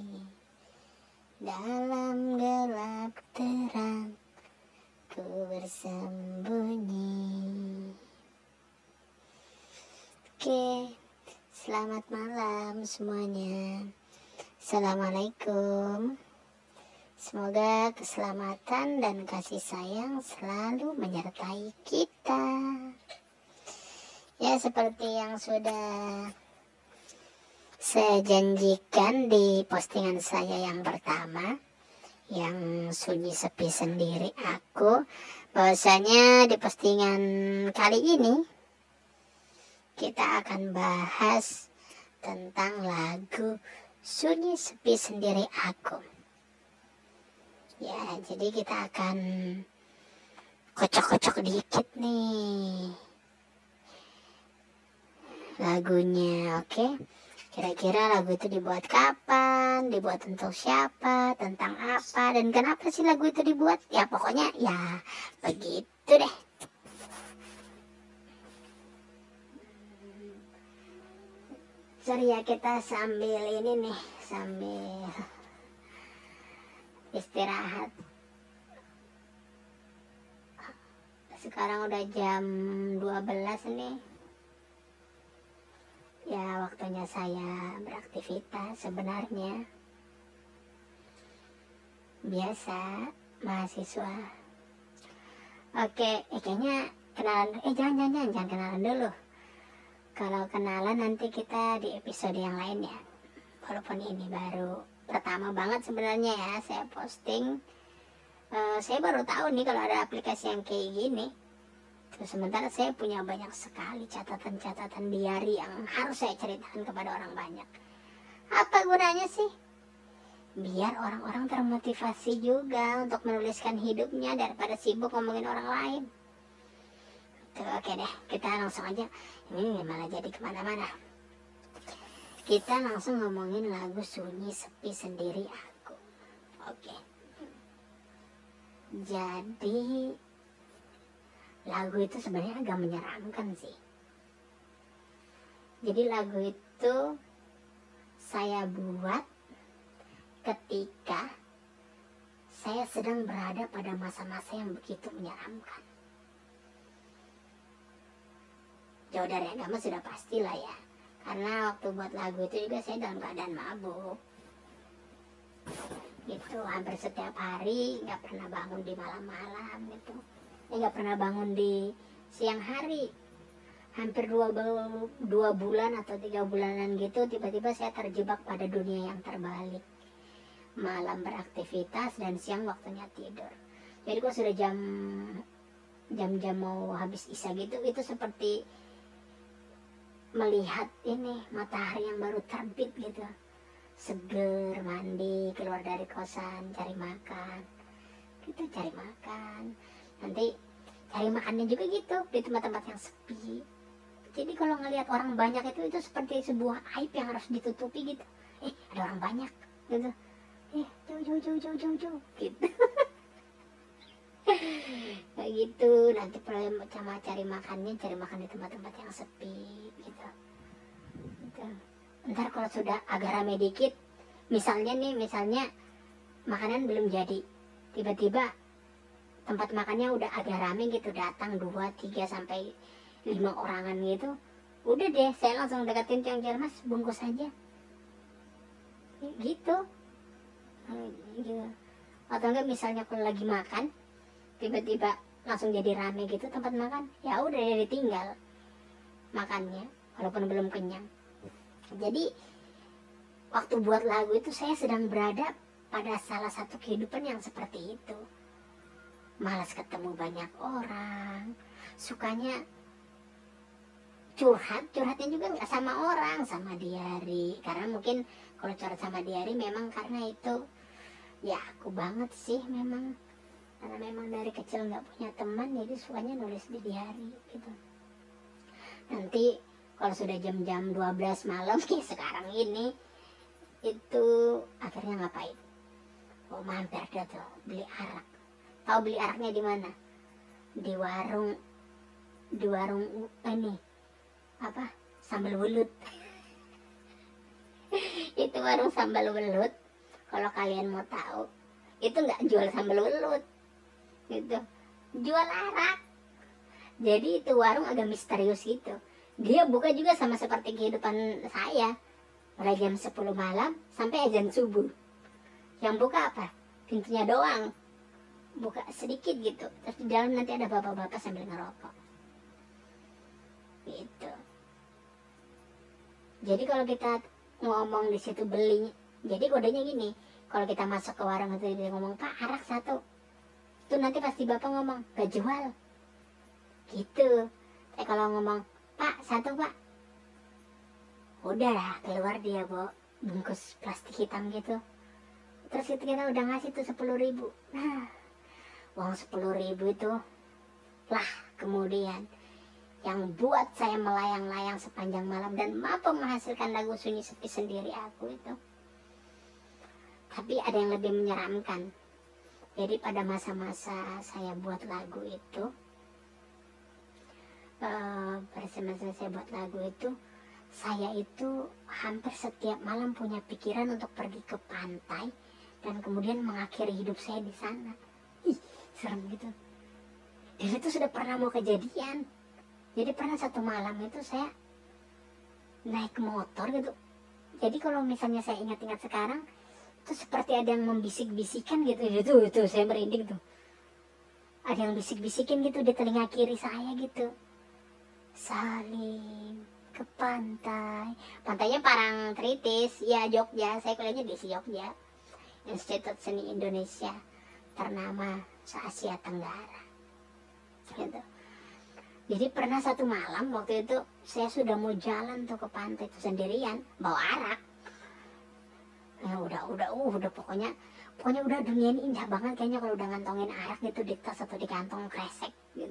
Dalam gelap terang ku bersembunyi. Oke, selamat malam semuanya. Assalamualaikum. Semoga keselamatan dan kasih sayang selalu menyertai kita. Ya, seperti yang sudah saya janjikan di postingan saya yang pertama, yang sunyi sepi sendiri aku, bahwasanya di postingan kali ini kita akan bahas tentang lagu Sunyi Sepi Sendiri Aku. Ya, jadi kita akan kocok-kocok dikit nih lagunya, oke? Kira-kira lagu itu dibuat kapan, dibuat untuk siapa, tentang apa, dan kenapa sih lagu itu dibuat? Ya pokoknya ya begitu deh. Sorry ya, kita sambil ini nih, sambil istirahat. Sekarang udah jam 12 nih. Ya waktunya saya beraktivitas sebenarnya. Biasa mahasiswa. Oke, kayaknya kenalan. Jangan kenalan dulu. Kalau kenalan nanti kita di episode yang lain ya. Walaupun ini baru pertama banget sebenarnya ya saya posting. Saya baru tahu nih kalau ada aplikasi yang kayak gini. Terus sementara saya punya banyak sekali catatan-catatan diary yang harus saya ceritakan kepada orang banyak. Apa gunanya sih? Biar orang-orang termotivasi juga untuk menuliskan hidupnya daripada sibuk ngomongin orang lain. Tuh, oke deh, kita langsung aja. Ini malah jadi kemana-mana. Kita langsung ngomongin lagu Sunyi Sepi Sendiri Aku. Oke. Jadi lagu itu sebenarnya agak menyeramkan sih. Jadi lagu itu saya buat ketika saya sedang berada pada masa-masa yang begitu menyeramkan. Jauh dari agama sudah pastilah ya. Karena waktu buat lagu itu juga saya dalam keadaan mabuk. Gitu, hampir setiap hari, gak pernah bangun di malam-malam gitu. Gak pernah bangun di siang hari. Hampir 2 bulan atau 3 bulanan gitu, tiba-tiba saya terjebak pada dunia yang terbalik. Malam beraktivitas dan siang waktunya tidur. Jadi kalau sudah jam-jam mau habis isya gitu, itu seperti melihat ini matahari yang baru terbit gitu. Seger, mandi, keluar dari kosan, cari makan. Gitu, cari makan. Nanti cari makannya juga gitu di tempat-tempat yang sepi. Jadi kalau ngelihat orang banyak itu seperti sebuah aib yang harus ditutupi gitu. Ada orang banyak gitu. Jauh gitu. Kayak gitu. Nanti sama cari makan di tempat-tempat yang sepi gitu. Ntar kalau sudah agak rame dikit, misalnya makanan belum jadi, tiba-tiba tempat makannya udah agak rame gitu, datang 2, 3 sampai 5 orangan gitu, udah deh saya langsung deketin tiang, Mas bungkus aja gitu. Atau enggak misalnya kalau lagi makan tiba-tiba langsung jadi rame gitu tempat makan, ya udah ditinggal makannya walaupun belum kenyang. Jadi waktu buat lagu itu saya sedang berada pada salah satu kehidupan yang seperti itu. Malas ketemu banyak orang, sukanya curhatnya juga nggak sama orang, sama diary. Karena mungkin kalau curhat sama diary memang karena itu ya aku banget sih memang. Karena memang dari kecil nggak punya teman, jadi sukanya nulis di diary gitu. Nanti kalau sudah jam-jam 12 malam kayak sekarang ini, itu akhirnya ngapain? Mampir dah tuh beli arak. Tahu beli araknya di mana? Di warung ini sambal welut. Itu warung sambal welut Kalau kalian mau tahu, itu nggak jual sambal belut gitu, jual arak. Jadi itu warung agak misterius gitu. Dia buka juga sama seperti kehidupan saya, mulai jam 10 malam sampai azan subuh. Yang buka apa? Pintunya doang, buka sedikit gitu, terus di dalam nanti ada bapak-bapak sambil ngerokok gitu. Jadi kalau kita ngomong di situ beli, jadi kodenya gini, kalau kita masuk ke warung itu dia ngomong, "Pak, arak satu," itu nanti pasti bapak ngomong, "Gak jual," gitu. Kalau ngomong, "Pak, satu Pak," udah lah, keluar dia bawa bungkus plastik hitam gitu. Terus itu kita udah ngasih tuh 10.000. Nah, uang 10.000 itu lah kemudian yang buat saya melayang-layang sepanjang malam dan mampu menghasilkan lagu Sunyi Sepi Sendiri Aku itu. Tapi ada yang lebih menyeramkan. Jadi pada masa-masa saya buat lagu itu, saya itu hampir setiap malam punya pikiran untuk pergi ke pantai dan kemudian mengakhiri hidup saya di sana. Ih, serem gitu. Dan itu sudah pernah mau kejadian. Jadi pernah satu malam itu saya naik motor gitu. Jadi kalau misalnya saya ingat-ingat sekarang, itu seperti ada yang membisik-bisikan gitu. Itu saya merinding tuh. Ada yang bisik-bisikin gitu di telinga kiri saya gitu. Salim ke pantai. Pantainya Parangtritis, ya Jogja. Saya kuliahnya di Jogja. Institut Seni Indonesia ternama se-Asia Tenggara. Gitu. Jadi pernah satu malam waktu itu saya sudah mau jalan tuh ke pantai itu sendirian, bawa arak. Ya udah pokoknya udah dunia ini indah banget kayaknya kalau udah ngantongin arak gitu di tas atau di kantong kresek gitu.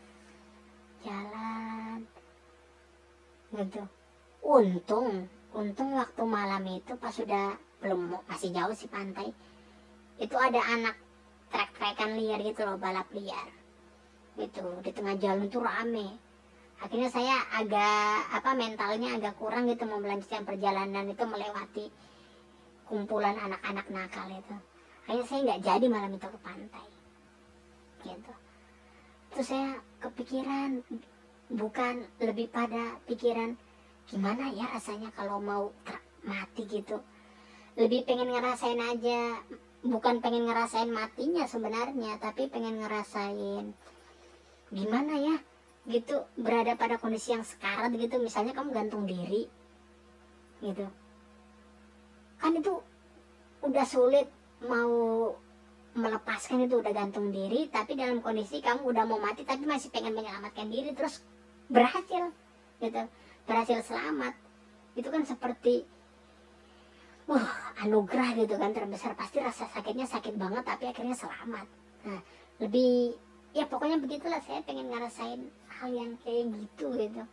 Jalan gitu. Untung waktu malam itu pas sudah masih jauh sih pantai. Itu ada anak trek-trekan liar gitu loh, balap liar. Gitu, di tengah jalan tuh rame. Akhirnya saya mentalnya agak kurang gitu mau melanjutkan perjalanan itu melewati kumpulan anak-anak nakal itu. Akhirnya saya nggak jadi malam itu ke pantai gitu. Terus saya kepikiran, bukan lebih pada pikiran gimana ya rasanya kalau mau mati gitu. Lebih pengen ngerasain aja, bukan pengen ngerasain matinya sebenarnya, tapi pengen ngerasain gimana ya gitu berada pada kondisi yang sekarat gitu. Misalnya kamu gantung diri gitu kan, itu udah sulit mau melepaskan, itu udah gantung diri tapi dalam kondisi kamu udah mau mati tapi masih pengen menyelamatkan diri, terus berhasil gitu, berhasil selamat. Itu kan seperti anugerah gitu kan terbesar. Pasti rasa sakitnya sakit banget tapi akhirnya selamat. Nah, lebih ya pokoknya begitulah, saya pengen ngerasain hal yang kayak gitu.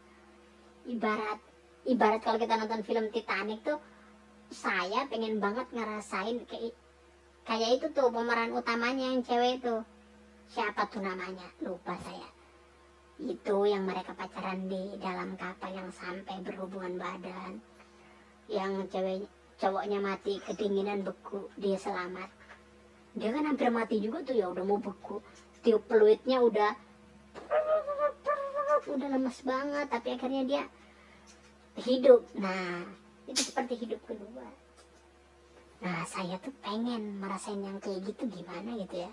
Ibarat kalau kita nonton film Titanic tuh, saya pengen banget ngerasain kayak itu tuh pemeran utamanya yang cewek itu, siapa tuh namanya lupa saya, itu yang mereka pacaran di dalam kapal yang sampai berhubungan badan, yang cowoknya mati kedinginan beku, dia selamat. Dia kan hampir mati juga tuh, ya udah mau beku, tiup peluitnya udah lemes banget tapi akhirnya dia hidup. Nah, itu seperti hidup kedua. Nah, saya tuh pengen merasain yang kayak gitu gimana gitu ya.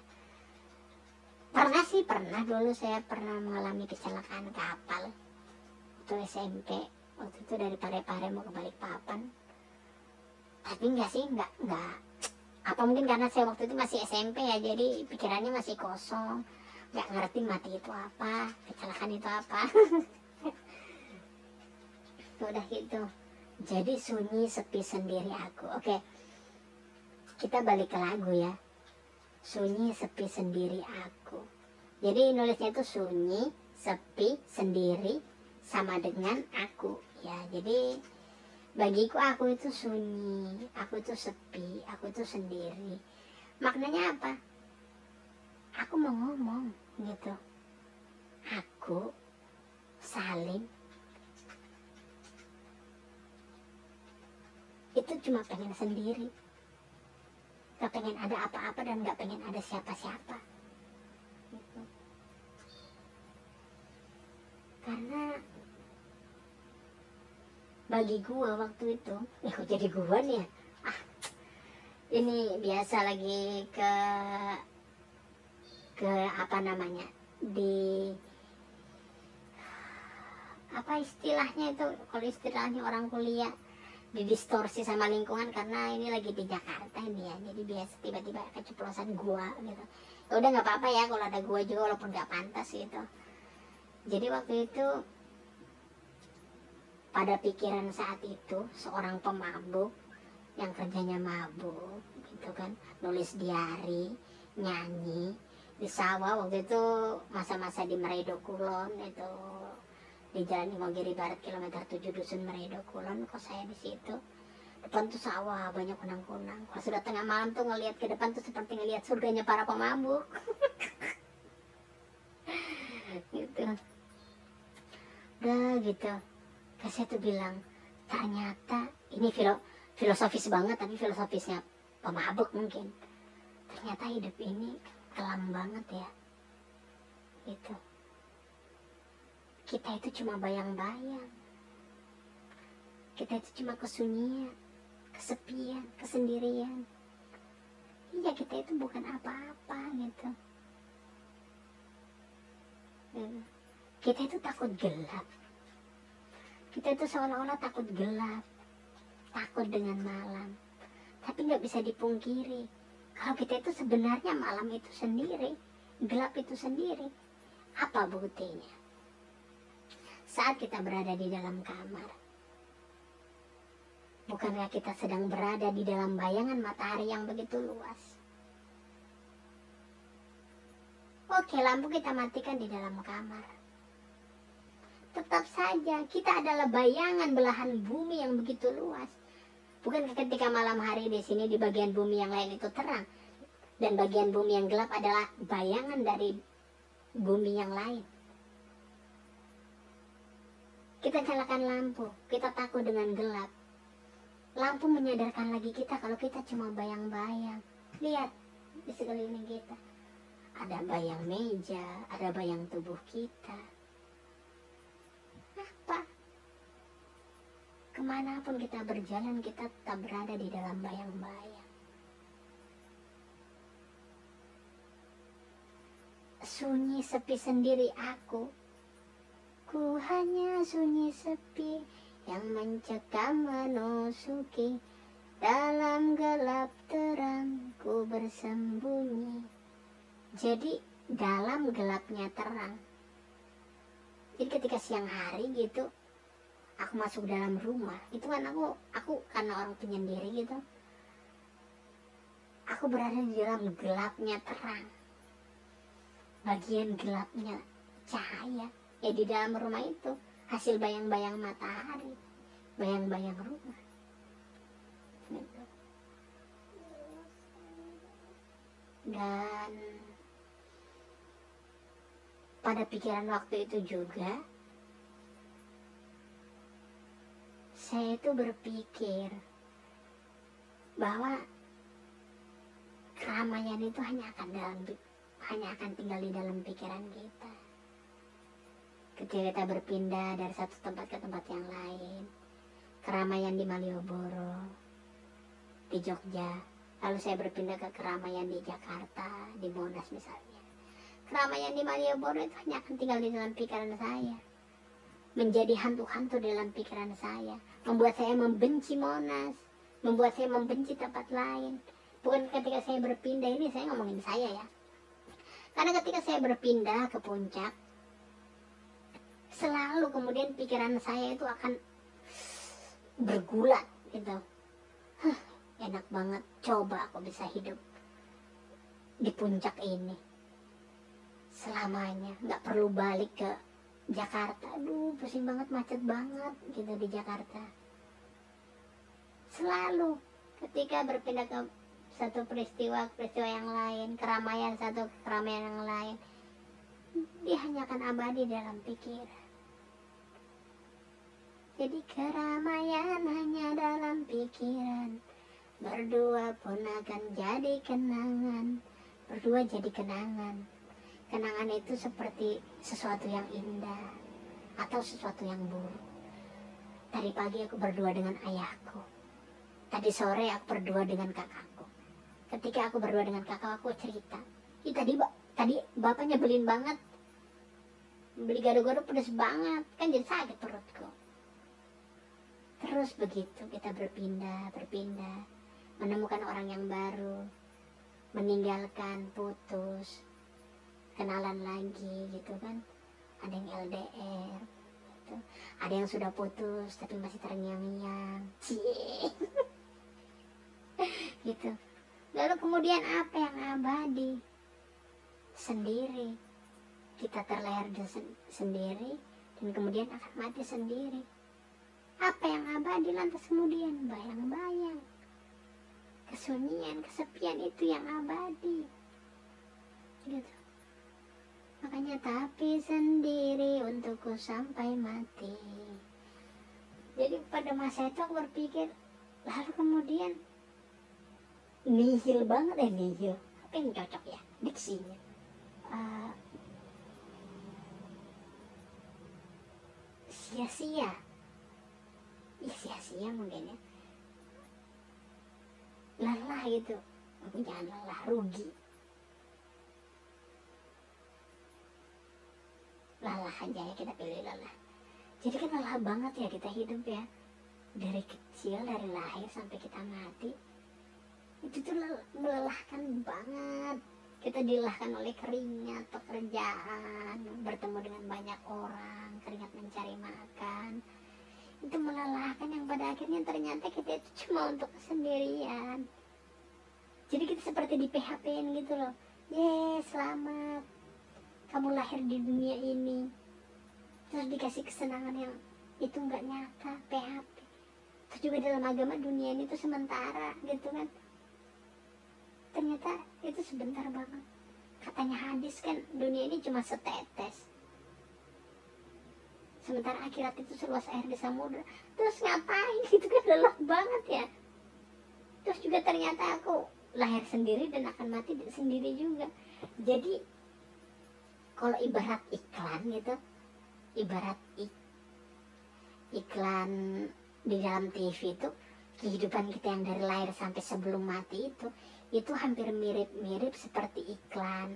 Pernah dulu saya pernah mengalami kecelakaan kapal waktu SMP. Waktu itu dari Parepare mau ke Balikpapan. Tapi enggak apa mungkin karena saya waktu itu masih SMP ya, jadi pikirannya masih kosong, nggak ngerti mati itu apa, kecelakaan itu apa. Udah gitu, jadi sunyi sepi sendiri aku. Oke, kita balik ke lagu ya, sunyi sepi sendiri aku. Jadi nulisnya itu sunyi sepi sendiri sama dengan aku ya. Jadi bagiku aku itu sunyi, aku itu sepi, aku itu sendiri. Maknanya apa? Aku mau ngomong gitu, aku Salim itu cuma pengen sendiri. gak pengen ada apa-apa dan gak pengen ada siapa-siapa gitu. Karena bagi gua waktu itu, kok jadi gua nih ya? Ini biasa lagi ke apa namanya, di apa istilahnya itu, kalau istilahnya orang kuliah, didistorsi sama lingkungan, karena ini lagi di Jakarta ini ya, jadi biasa tiba-tiba keceplosan gua gitu. Ya udah nggak apa-apa ya kalau ada gua juga walaupun nggak pantas gitu. Jadi waktu itu pada pikiran saat itu seorang pemabuk yang kerjanya mabuk gitu kan, nulis diary, nyanyi di sawah. Waktu itu masa-masa di Meredo Kulon, itu di Jalan Imogiri Barat kilometer 7 Dusun Meredo Kulon, kok saya di situ. Depan tuh sawah, banyak kunang-kunang. Kalau sudah tengah malam tuh ngelihat ke depan tuh seperti ngelihat surganya para pemabuk. Gitu. Udah gitu. Terus saya tuh bilang, ternyata ini filosofis banget, tapi filosofisnya pemabuk mungkin. Ternyata hidup ini kelam banget ya. Gitu. Kita itu cuma bayang-bayang. Kita itu cuma kesunyian, kesepian, kesendirian. Iya, kita itu bukan apa-apa gitu. Kita itu takut gelap. Kita itu seolah-olah takut gelap, takut dengan malam. Tapi nggak bisa dipungkiri, kalau kita itu sebenarnya malam itu sendiri, gelap itu sendiri. Apa buktinya? Saat kita berada di dalam kamar, bukankah kita sedang berada di dalam bayangan matahari yang begitu luas? Oke, lampu kita matikan di dalam kamar. Tetap saja kita adalah bayangan belahan bumi yang begitu luas. Bukankah ketika malam hari di sini di bagian bumi yang lain itu terang, dan bagian bumi yang gelap adalah bayangan dari bumi yang lain? Kita nyalakan lampu, kita takut dengan gelap. Lampu menyadarkan lagi kita kalau kita cuma bayang-bayang. Lihat di sekeliling kita, ada bayang meja, ada bayang tubuh kita. Apa? Kemanapun kita berjalan, kita tetap berada di dalam bayang-bayang. Sunyi sepi sendiri aku hanya sunyi sepi yang mencekam menusuki. Dalam gelap terang ku bersembunyi. Jadi dalam gelapnya terang. Jadi ketika siang hari gitu, aku masuk dalam rumah, itu kan aku karena orang penyendiri gitu, aku berada di dalam gelapnya terang, bagian gelapnya cahaya. Ya di dalam rumah itu hasil bayang-bayang matahari, bayang-bayang rumah gitu. Dan pada pikiran waktu itu juga saya itu berpikir bahwa keramaian itu hanya akan tinggal di dalam pikiran kita. Ketika kita berpindah dari satu tempat ke tempat yang lain, keramaian di Malioboro, di Jogja, lalu saya berpindah ke keramaian di Jakarta, di Monas misalnya. Keramaian di Malioboro itu hanya akan tinggal di dalam pikiran saya, menjadi hantu-hantu dalam pikiran saya, membuat saya membenci Monas, membuat saya membenci tempat lain. Bukan ketika saya berpindah, ini saya ngomongin saya ya, karena ketika saya berpindah ke Puncak, selalu kemudian pikiran saya itu akan bergulat gitu. Enak banget, coba aku bisa hidup di Puncak ini selamanya, nggak perlu balik ke Jakarta. Aduh, pusing banget, macet banget gitu di Jakarta. Selalu ketika berpindah ke satu peristiwa yang lain, keramaian satu keramaian yang lain, dia hanya akan abadi dalam pikiran. Jadi keramaian hanya dalam pikiran, Berdua pun akan jadi kenangan. Berdua jadi kenangan. Kenangan itu seperti sesuatu yang indah atau sesuatu yang buruk. Tadi pagi aku berdua dengan ayahku. Tadi sore aku berdua dengan kakakku. Ketika aku berdua dengan kakak, aku cerita, tadi bapak nyebelin banget, beli gado-gado pedas banget, kan jadi sakit perutku. Terus begitu kita berpindah, menemukan orang yang baru, meninggalkan, putus, kenalan lagi gitu kan. Ada yang LDR gitu. Ada yang sudah putus tapi masih terngiang-ngiang gitu. Lalu kemudian apa yang abadi? Sendiri. Kita terlahir sendiri dan kemudian akan mati sendiri. Apa yang abadi lantas kemudian? Bayang-bayang. Kesunyian, kesepian itu yang abadi. Gitu. Makanya tapi sendiri untukku sampai mati. Jadi pada masa itu aku berpikir, lalu kemudian nihil banget nihil. Apa yang cocok ya diksinya? Sia-sia. Sia-sia mungkin ya. Lelah gitu. Jangan lelah, rugi. Lelah aja ya, kita pilih lelah. Jadi kan lelah banget ya kita hidup ya. Dari kecil, dari lahir sampai kita mati. Itu tuh melelahkan banget. Kita dilelahkan oleh keringat, pekerjaan, bertemu dengan banyak orang, keringat mencari makan. Itu melelahkan yang pada akhirnya ternyata kita itu cuma untuk kesendirian. Jadi kita seperti di PHP-in gitu loh. Selamat, kamu lahir di dunia ini. Terus dikasih kesenangan yang itu nggak nyata, PHP. Terus juga dalam agama dunia ini tuh sementara gitu kan. Ternyata itu sebentar banget. Katanya hadis kan dunia ini cuma setetes. Sementara akhirat itu seluas air di samudra. Terus ngapain? Itu kan lelah banget ya. Terus juga ternyata aku lahir sendiri dan akan mati sendiri juga. Jadi kalau ibarat iklan gitu, ibarat iklan di dalam TV itu, kehidupan kita yang dari lahir sampai sebelum mati itu hampir mirip-mirip seperti iklan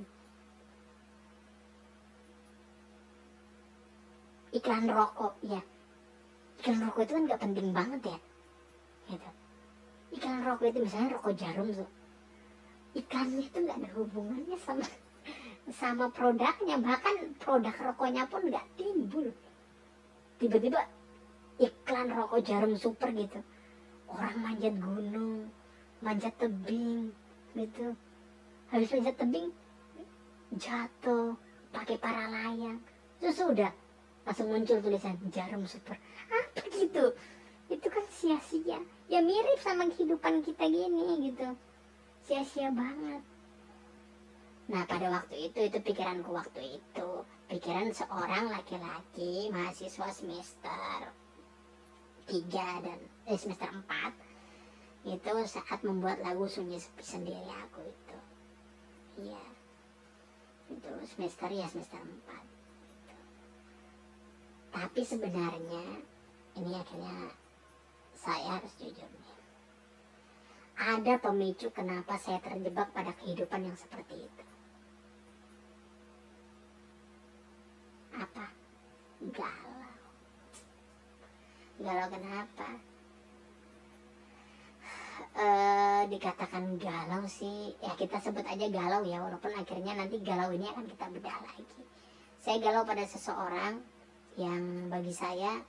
rokok ya. Iklan rokok itu kan gak penting banget ya gitu. Iklan rokok itu misalnya rokok jarum tuh, iklannya itu gak ada hubungannya sama produknya, bahkan produk rokoknya pun gak timbul. Tiba-tiba iklan rokok jarum super gitu, orang manjat gunung, manjat tebing gitu, habis manjat tebing jatuh pakai para layang, terus udah langsung muncul tulisan jarum super. Apa gitu? Itu kan sia-sia ya, mirip sama kehidupan kita gini gitu, sia-sia banget. Nah pada waktu itu pikiranku waktu itu, pikiran seorang laki-laki mahasiswa semester 3 dan semester 4 itu saat membuat lagu Sunyi Sepi Sendiri Aku itu. Iya, itu semester 4 gitu. Tapi sebenarnya ini akhirnya saya harus jujur nih, ada pemicu kenapa saya terjebak pada kehidupan yang seperti itu. Apa? Galau kenapa? Dikatakan galau sih ya, kita sebut aja galau ya, walaupun akhirnya nanti galau ini akan kita bedah lagi. Saya galau pada seseorang yang bagi saya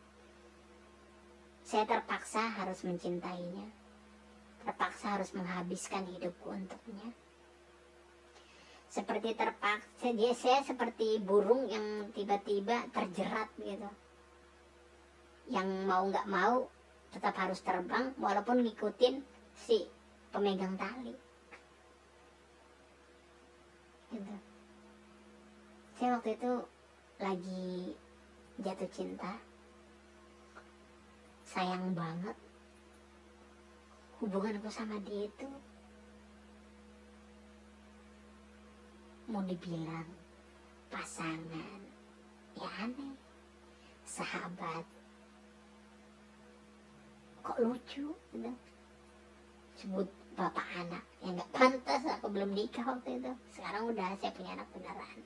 terpaksa harus mencintainya, terpaksa harus menghabiskan hidupku untuknya. Seperti terpaksa, saya seperti burung yang tiba-tiba terjerat gitu, yang mau nggak mau tetap harus terbang walaupun ngikutin si pemegang tali gitu. Saya waktu itu lagi jatuh cinta, sayang banget, hubunganku sama dia itu mau dibilang pasangan ya aneh, sahabat kok lucu gitu. Sebut bapak anak yang nggak pantas, aku belum nikah waktu itu, sekarang udah saya punya anak beneran.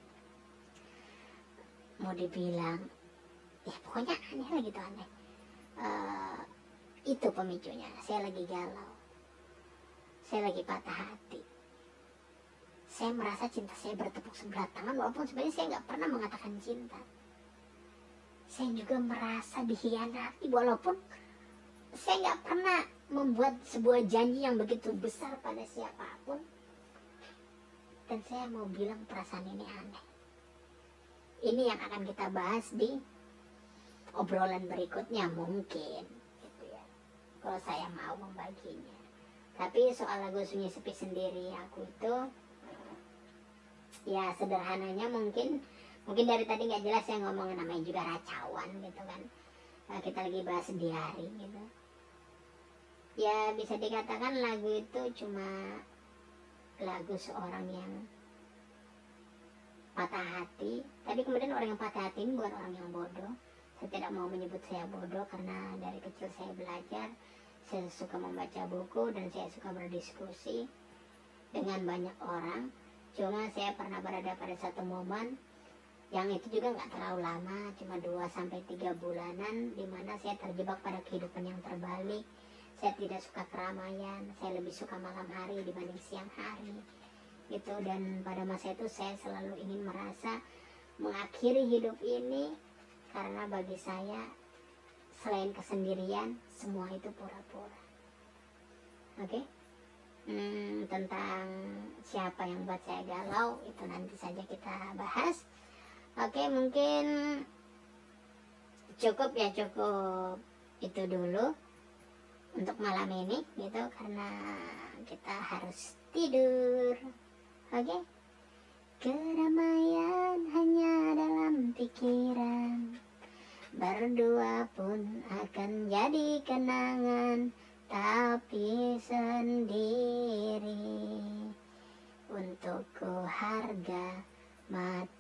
Mau dibilang ya pokoknya aneh lah gitu, aneh. Itu pemicunya, saya lagi galau, saya lagi patah hati, saya merasa cinta saya bertepuk sebelah tangan, walaupun sebenarnya saya nggak pernah mengatakan cinta. Saya juga merasa dikhianati, walaupun saya nggak pernah membuat sebuah janji yang begitu besar pada siapapun. Dan saya mau bilang perasaan ini aneh. Ini yang akan kita bahas di obrolan berikutnya mungkin gitu ya, kalau saya mau membaginya. Tapi soal lagu Sunyi Sepi Sendiri aku itu ya sederhananya mungkin dari tadi nggak jelas saya ngomongin, namanya juga racauan gitu kan. Kita lagi bahas diari gitu. Ya bisa dikatakan lagu itu cuma lagu seorang yang patah hati, tapi kemudian orang yang patah hati ini bukan orang yang bodoh. Saya tidak mau menyebut saya bodoh karena dari kecil saya belajar, saya suka membaca buku dan saya suka berdiskusi dengan banyak orang. Cuma saya pernah berada pada satu momen yang itu juga nggak terlalu lama, cuma 2-3 bulanan, dimana saya terjebak pada kehidupan yang terbalik. Saya tidak suka keramaian, saya lebih suka malam hari dibanding siang hari gitu. Dan pada masa itu saya selalu ingin merasa mengakhiri hidup ini, karena bagi saya selain kesendirian semua itu pura-pura. Oke? Tentang siapa yang buat saya galau itu nanti saja kita bahas. Oke, mungkin cukup itu dulu untuk malam ini gitu, karena kita harus tidur. Oke? Keramaian hanya dalam pikiran, berdua pun akan jadi kenangan, tapi sendiri untukku harga mati.